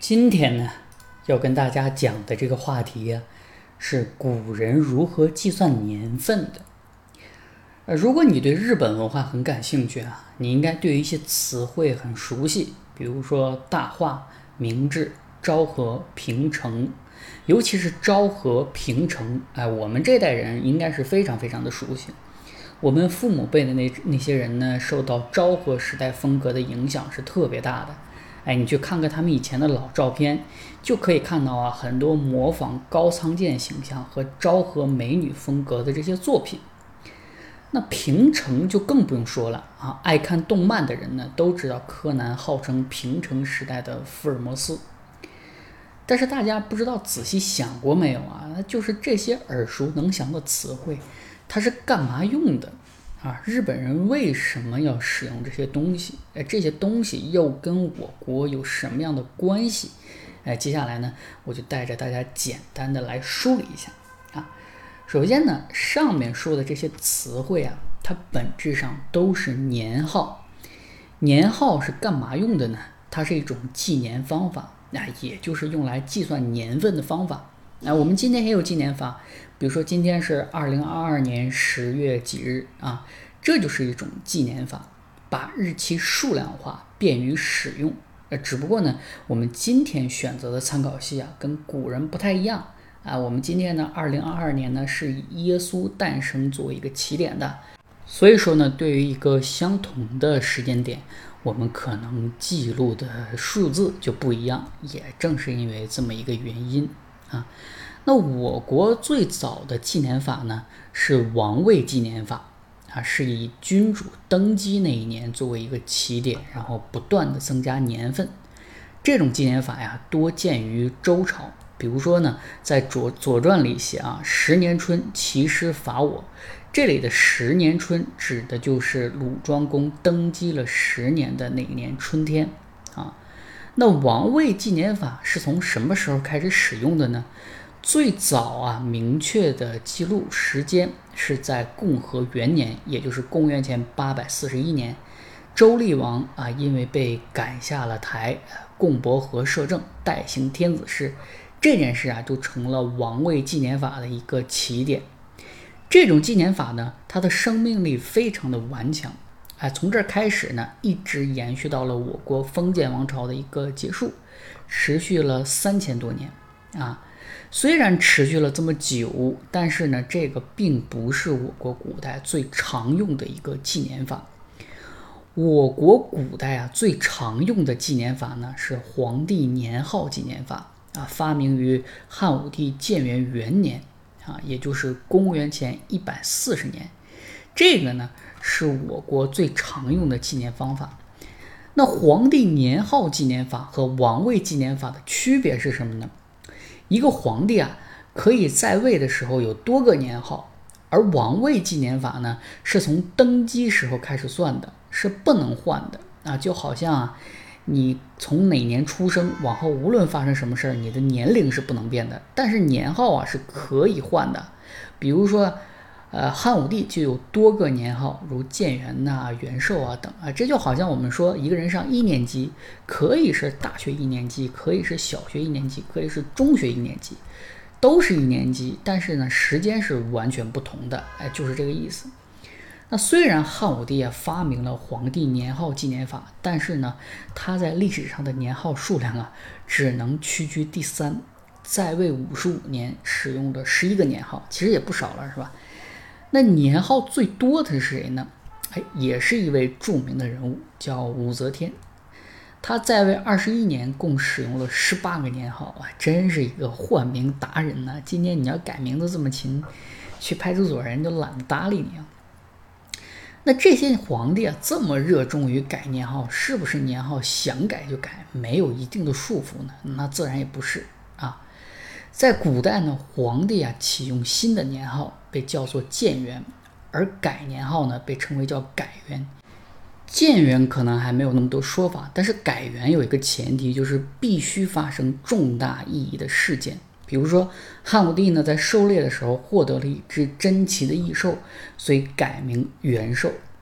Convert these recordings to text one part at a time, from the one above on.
今天呢，要跟大家讲的这个话题呀，是古人如何计算年份的。如果你对日本文化很感兴趣啊，你应该对一些词汇很熟悉，比如说大化、明治、昭和、平成，尤其是昭和、平成，我们这代人应该是非常非常的熟悉。我们父母辈的那些人呢，受到昭和时代风格的影响是特别大的。你去看看他们以前的老照片，就可以看到啊，很多模仿高仓健形象和昭和美女风格的这些作品。那平成就更不用说了啊，爱看动漫的人呢都知道柯南号称平成时代的福尔摩斯。但是大家不知道仔细想过没有啊？就是这些耳熟能详的词汇，它是干嘛用的啊？日本人为什么要使用这些东西？这些东西又跟我国有什么样的关系？接下来呢，我就带着大家简单的来梳理一下啊。首先呢，上面说的这些词汇啊，它本质上都是年号。年号是干嘛用的呢？它是一种纪年方法，也就是用来计算年份的方法。我们今天也有纪年法，比如说今天是2022年10月几日啊，这就是一种纪年法，把日期数量化，便于使用。只不过呢，我们今天选择的参考系啊，跟古人不太一样啊。我们今天呢，2022年呢是以耶稣诞生作为一个起点的，所以说呢，对于一个相同的时间点，我们可能记录的数字就不一样，也正是因为这么一个原因啊。那我国最早的纪年法呢是王位纪年法啊，是以君主登基那一年作为一个起点，然后不断的增加年份。这种纪年法呀，多见于周朝。比如说呢，在左传里写啊，10年春，其师伐我。这里的10年春指的就是鲁庄公登基了10年的那一年春天啊。那王位纪年法是从什么时候开始使用的呢？最早啊，明确的记录时间是在共和元年，也就是公元前841年，周厉王啊，因为被赶下了台，共伯和摄政，代行天子事，这件事啊，就成了王位纪年法的一个起点。这种纪年法呢，它的生命力非常的顽强，从这儿开始呢，一直延续到了我国封建王朝的一个结束，持续了3000多年啊。虽然持续了这么久，但是呢，这个并不是我国古代最常用的一个纪年法。我国古代啊，最常用的纪年法呢是皇帝年号纪年法啊，发明于汉武帝建元元年啊，也就是公元前140年。这个呢是我国最常用的纪年方法。那皇帝年号纪年法和王位纪年法的区别是什么呢？一个皇帝啊，可以在位的时候有多个年号，而王位纪年法呢，是从登基时候开始算的，是不能换的啊。就好像啊，你从哪年出生，往后无论发生什么事儿，你的年龄是不能变的，但是年号啊是可以换的。比如说，汉武帝就有多个年号，如建元呐、元寿啊等啊。这就好像我们说一个人上1年级，可以是大学1年级，可以是小学1年级，可以是中学1年级，都是1年级，但是呢，时间是完全不同的，就是这个意思。那虽然汉武帝发明了皇帝年号纪年法，但是呢，他在历史上的年号数量啊，只能屈居第3，在位55年使用了11个年号，其实也不少了，是吧？那年号最多的是谁呢？也是一位著名的人物，叫武则天。他在位21年，共使用了18个年号啊，真是一个换名达人呐！今天你要改名字这么勤，去派出所人就懒得搭理你啊。那这些皇帝啊，这么热衷于改年号，是不是年号想改就改，没有一定的束缚呢？那自然也不是啊。在古代呢，皇帝啊启用新的年号被叫做建元，而改年号呢被称为叫改元。建元可能还没有那么多说法，但是改元有一个前提，就是必须发生重大意义的事件。比如说汉武帝呢在狩猎的时候获得了一只珍奇的异兽，所以改名元兽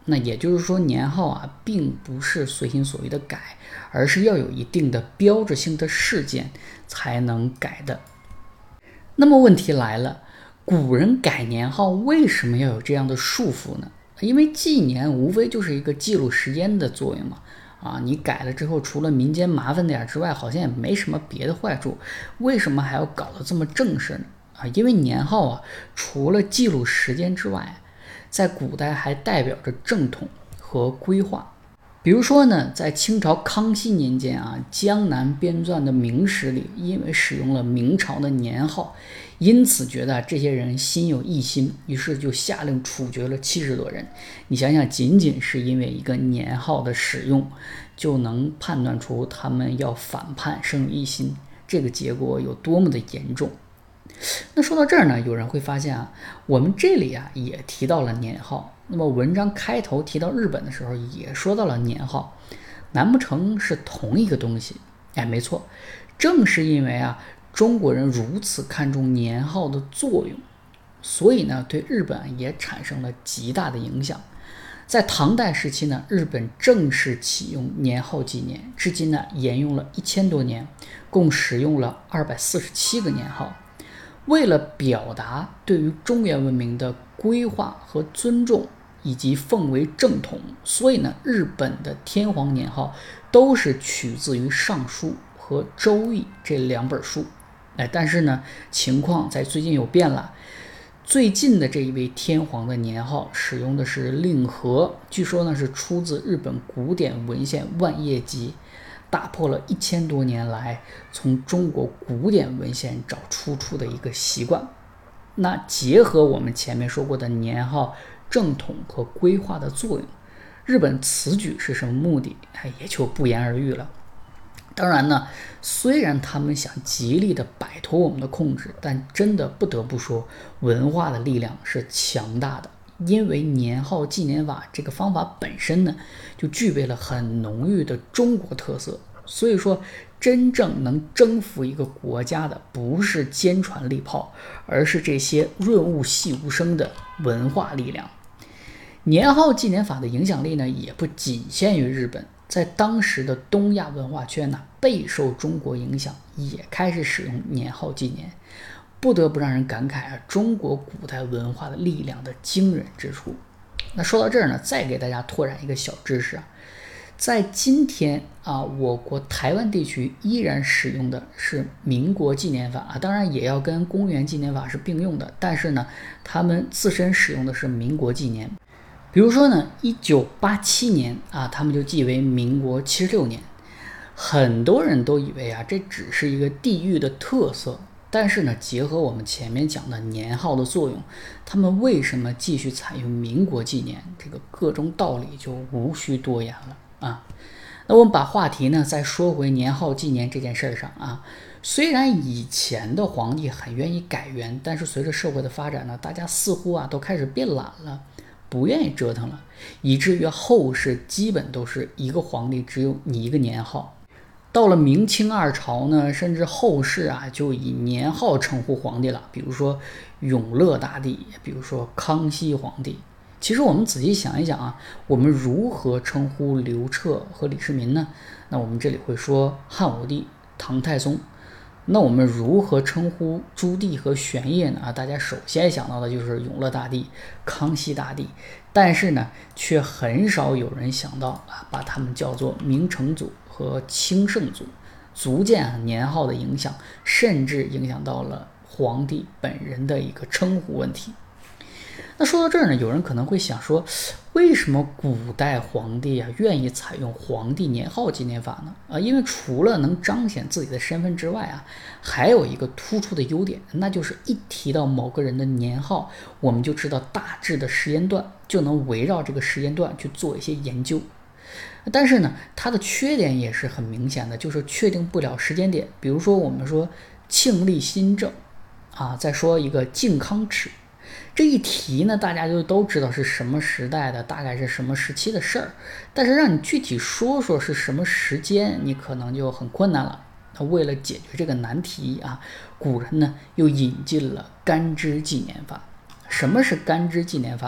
那也就是说，年号啊，并不是随心所欲的改，而是要有一定的标志性的事件才能改的。那么问题来了，古人改年号为什么要有这样的束缚呢？因为纪年无非就是一个记录时间的作用嘛。你改了之后，除了民间麻烦点之外，好像也没什么别的坏处，为什么还要搞得这么正式呢？因为年号啊，除了记录时间之外，在古代还代表着正统和规划。比如说呢，在清朝康熙年间啊，江南编撰的明史里，因为使用了明朝的年号，因此觉得这些人心有异心，于是就下令处决了70多人。你想想，仅仅是因为一个年号的使用，就能判断出他们要反叛，生有异心，这个结果有多么的严重。那说到这儿呢，有人会发现啊，我们这里啊也提到了年号。那么文章开头提到日本的时候，也说到了年号，难不成是同一个东西？没错，正是因为啊中国人如此看重年号的作用，所以呢对日本也产生了极大的影响。在唐代时期呢，日本正式启用年号纪年，至今呢沿用了1000多年，共使用了247个年号。为了表达对于中原文明的规划和尊重，以及奉为正统，所以呢，日本的天皇年号都是取自于《尚书》和《周易》这2本书。但是呢，情况在最近有变了。最近的这一位天皇的年号使用的是令和，据说呢是出自日本古典文献《万叶集》，打破了1000多年来从中国古典文献找出处的一个习惯。那结合我们前面说过的年号正统和规划的作用，日本此举是什么目的，也就不言而喻了。当然呢，虽然他们想极力的摆脱我们的控制，但真的不得不说，文化的力量是强大的。因为年号纪年法这个方法本身呢，就具备了很浓郁的中国特色。所以说，真正能征服一个国家的，不是坚船利炮，而是这些润物细无声的文化力量。年号纪年法的影响力呢，也不仅限于日本，在当时的东亚文化圈呢，备受中国影响，也开始使用年号纪年。不得不让人感慨啊，中国古代文化的力量的惊人之处。那说到这儿呢，再给大家拓展一个小知识啊，在今天啊，我国台湾地区依然使用的是民国纪年法啊，当然也要跟公元纪年法是并用的，但是呢，他们自身使用的是民国纪年。比如说呢，1987年啊，他们就记为民国76年。很多人都以为啊，这只是一个地域的特色。但是呢，结合我们前面讲的年号的作用，他们为什么继续采用民国纪年？这个个中道理就无需多言了啊。那我们把话题呢再说回年号纪年这件事上啊。虽然以前的皇帝很愿意改元，但是随着社会的发展呢，大家似乎啊都开始变懒了，不愿意折腾了，以至于后世基本都是一个皇帝只有你一个年号。到了明清二朝呢，甚至后世啊就以年号称呼皇帝了，比如说永乐大帝，比如说康熙皇帝。其实我们仔细想一想啊，我们如何称呼刘彻和李世民呢？那我们这里会说汉武帝、唐太宗。那我们如何称呼朱棣和玄烨呢？大家首先想到的就是永乐大帝、康熙大帝，但是呢，却很少有人想到把他们叫做明成祖和清圣祖，足见年号的影响，甚至影响到了皇帝本人的一个称呼问题。那说到这儿呢，有人可能会想说，为什么古代皇帝愿意采用皇帝年号纪年法呢？因为除了能彰显自己的身份之外还有一个突出的优点，那就是一提到某个人的年号，我们就知道大致的时间段，就能围绕这个时间段去做一些研究。但是呢，它的缺点也是很明显的，就是确定不了时间点。比如说我们说庆历新政再说一个靖康耻，这一提呢，大家就都知道是什么时代的，大概是什么时期的事儿，但是让你具体说说是什么时间，你可能就很困难了。那为了解决这个难题古人呢又引进了干支纪年法。什么是干支纪年法呢？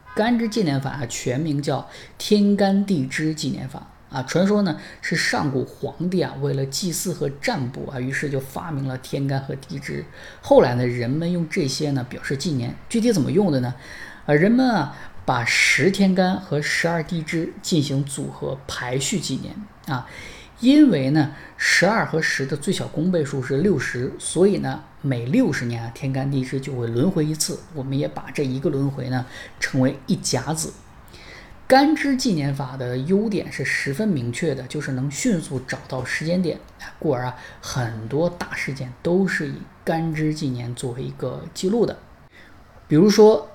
干支纪年法全名叫天干地支纪年法传说呢是上古皇帝为了祭祀和占卜于是就发明了天干和地支。后来呢，人们用这些呢表示纪年。具体怎么用的呢？人们把10天干和12地支进行组合排序纪年因为呢12和10的最小公倍数是60，所以呢每60年天干地支就会轮回一次。我们也把这一个轮回呢称为一甲子。干支纪年法的优点是十分明确的，就是能迅速找到时间点，故而很多大事件都是以干支纪年作为一个记录的。比如说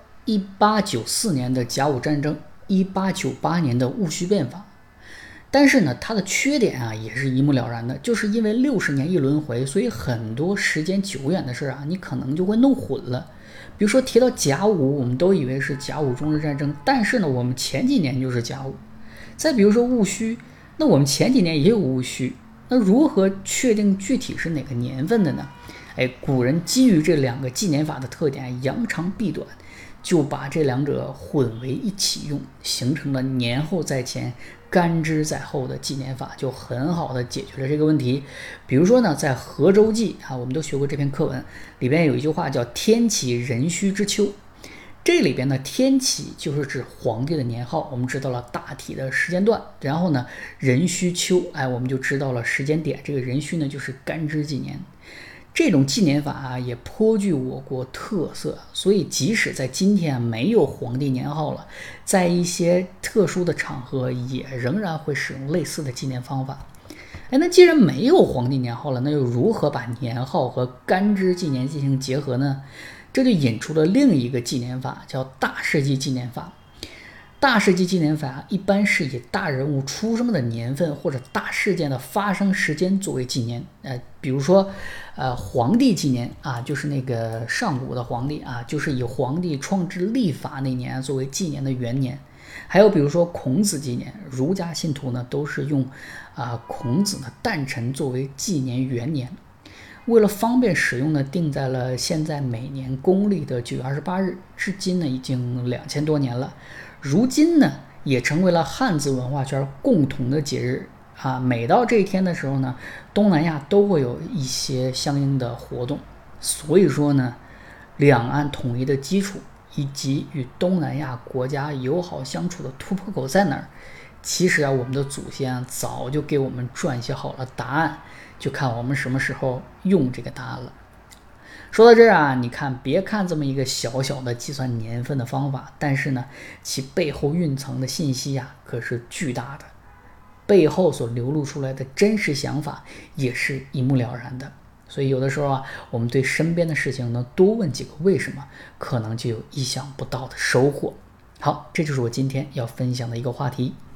1894年的甲午战争，1898年的戊戌变法。但是呢，它的缺点也是一目了然的，就是因为60年一轮回，所以很多时间久远的事你可能就会弄混了。比如说提到甲午，我们都以为是甲午中日战争，但是呢，我们前几年就是甲午。再比如说戊戌，那我们前几年也有戊戌，那如何确定具体是哪个年份的呢？古人基于这两个纪年法的特点，扬长避短，就把这两者混为一起用，形成了年后在前干支在后的纪年法，就很好的解决了这个问题。比如说呢，在河州记我们都学过这篇课文，里边有一句话叫天启壬戌之秋。这里边呢，天启就是指皇帝的年号，我们知道了大体的时间段。然后呢，壬戌秋我们就知道了时间点。这个壬戌呢就是干支纪年。这种纪年法也颇具我国特色，所以即使在今天没有皇帝年号了，在一些特殊的场合也仍然会使用类似的纪年方法。那既然没有皇帝年号了，那又如何把年号和干支纪年进行结合呢？这就引出了另一个纪年法，叫大事纪纪年法。大事纪纪年法一般是以大人物出生的年份或者大事件的发生时间作为纪年。比如说皇帝纪年就是那个上古的皇帝就是以皇帝创制历法那年作为纪年的元年。还有比如说孔子纪年，儒家信徒呢都是用孔子的诞辰作为纪年元年。为了方便使用呢，定在了现在每年公历的9月28日，至今呢已经2000多年了。如今呢，也成为了汉字文化圈共同的节日每到这一天的时候呢，东南亚都会有一些相应的活动。所以说呢，两岸统一的基础以及与东南亚国家友好相处的突破口在哪儿？其实我们的祖先早就给我们撰写好了答案，就看我们什么时候用这个答案了。说到这儿你看，别看这么一个小小的计算年份的方法，但是呢，其背后蕴藏的信息可是巨大的，背后所流露出来的真实想法也是一目了然的。所以有的时候我们对身边的事情呢，多问几个为什么，可能就有意想不到的收获。好，这就是我今天要分享的一个话题。